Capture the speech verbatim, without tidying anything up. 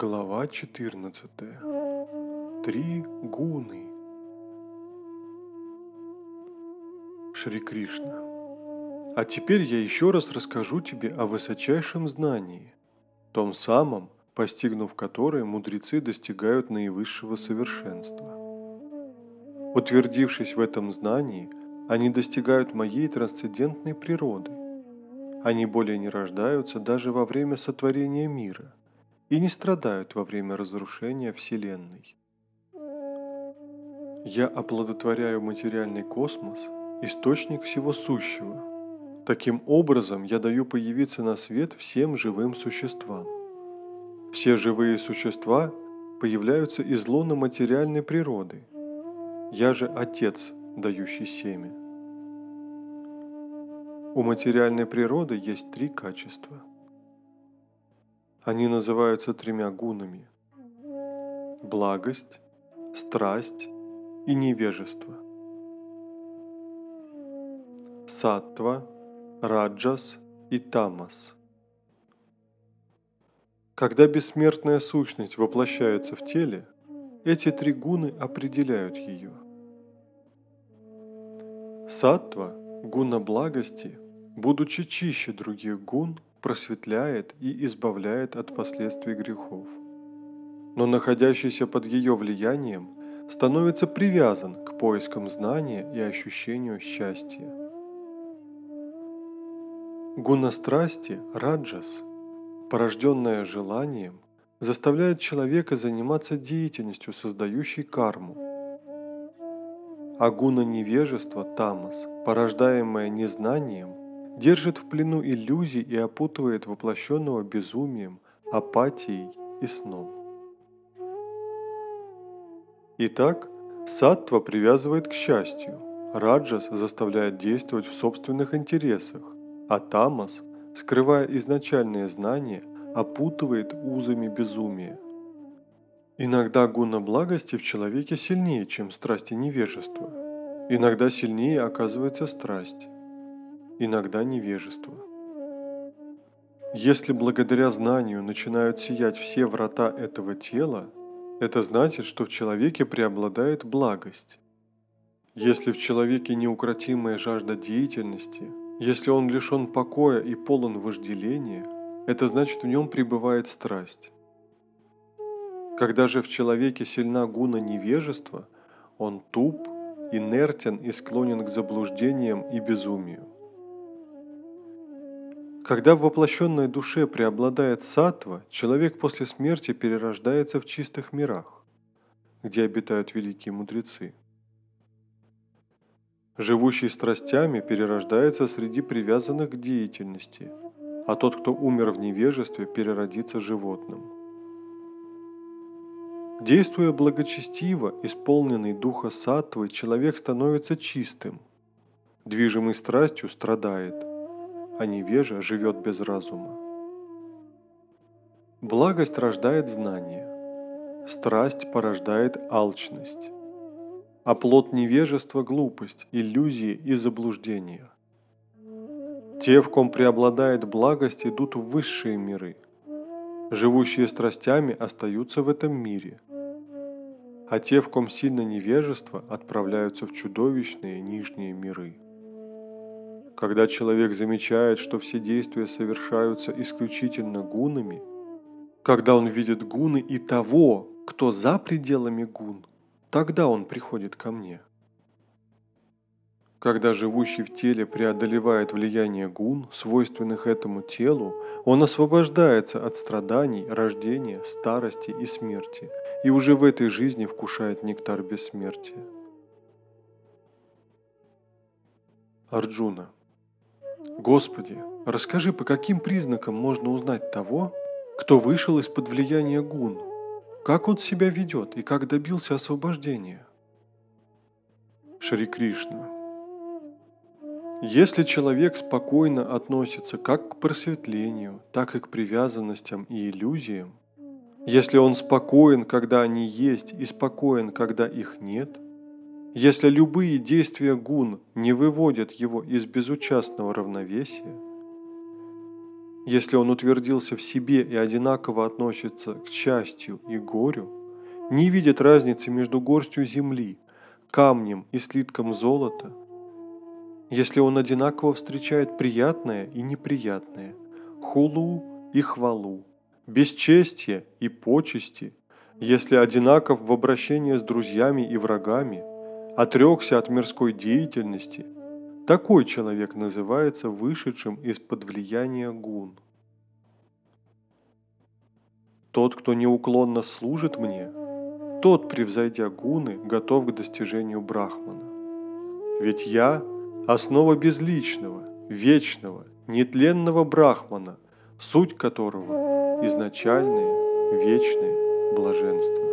Глава четырнадцатая. Три гуны. Шри Кришна. А теперь я еще раз расскажу тебе о высочайшем знании, том самом, постигнув которое мудрецы достигают наивысшего совершенства. Утвердившись в этом знании, они достигают моей трансцендентной природы. Они более не рождаются даже во время сотворения мира и не страдают во время разрушения Вселенной. Я оплодотворяю материальный космос, источник всего сущего. Таким образом, я даю появиться на свет всем живым существам. Все живые существа появляются из лона материальной природы. Я же Отец, дающий семя. У материальной природы есть три качества. Они называются тремя гунами – благость, страсть и невежество. Саттва, раджас и тамас. Когда бессмертная сущность воплощается в теле, эти три гуны определяют ее. Саттва, гуна благости, будучи чище других гун, просветляет и избавляет от последствий грехов. Но находящийся под ее влиянием становится привязан к поискам знания и ощущению счастья. Гуна страсти, раджас, порожденная желанием, заставляет человека заниматься деятельностью, создающей карму. А гуна невежества, тамас, порождаемая незнанием, держит в плену иллюзий и опутывает воплощенного безумием, апатией и сном. Итак, саттва привязывает к счастью, раджас заставляет действовать в собственных интересах, а тамас, скрывая изначальные знания, опутывает узами безумия. Иногда гуна благости в человеке сильнее, чем страсть и невежество. Иногда сильнее оказывается страсть, иногда невежество. Если благодаря знанию начинают сиять все врата этого тела, это значит, что в человеке преобладает благость. Если в человеке неукротимая жажда деятельности, если он лишен покоя и полон вожделения, это значит, в нем пребывает страсть. Когда же в человеке сильна гуна невежества, он туп, инертен и склонен к заблуждениям и безумию. Когда в воплощенной душе преобладает саттва, человек после смерти перерождается в чистых мирах, где обитают великие мудрецы. Живущий страстями перерождается среди привязанных к деятельности, а тот, кто умер в невежестве, переродится животным. Действуя благочестиво, исполненный духа саттвы, человек становится чистым, движимый страстью страдает, а невежа живет без разума. Благость рождает знание, страсть порождает алчность, а плод невежества – глупость, иллюзии и заблуждения. Те, в ком преобладает благость, идут в высшие миры. Живущие страстями остаются в этом мире, а те, в ком сильно невежество, отправляются в чудовищные нижние миры. Когда человек замечает, что все действия совершаются исключительно гунами, когда он видит гуны и того, кто за пределами гун, тогда он приходит ко мне. Когда живущий в теле преодолевает влияние гун, свойственных этому телу, он освобождается от страданий, рождения, старости и смерти, и уже в этой жизни вкушает нектар бессмертия. Арджуна. Господи, расскажи, по каким признакам можно узнать того, кто вышел из-под влияния гун, как он себя ведет и как добился освобождения? Шри Кришна. Если человек спокойно относится как к просветлению, так и к привязанностям и иллюзиям, если он спокоен, когда они есть, и спокоен, когда их нет, если любые действия гун не выводят его из безучастного равновесия, Если он утвердился в себе и одинаково относится к счастью и горю, не видит разницы между горстью земли, камнем и слитком золота, если он одинаково встречает приятное и неприятное, хулу и хвалу, бесчестие и почести, если одинаков в обращении с друзьями и врагами, отрекся от мирской деятельности, такой человек называется вышедшим из-под влияния гун. Тот, кто неуклонно служит мне, тот, превзойдя гуны, готов к достижению брахмана. Ведь я – основа безличного, вечного, нетленного брахмана, суть которого – изначальное, вечное блаженство.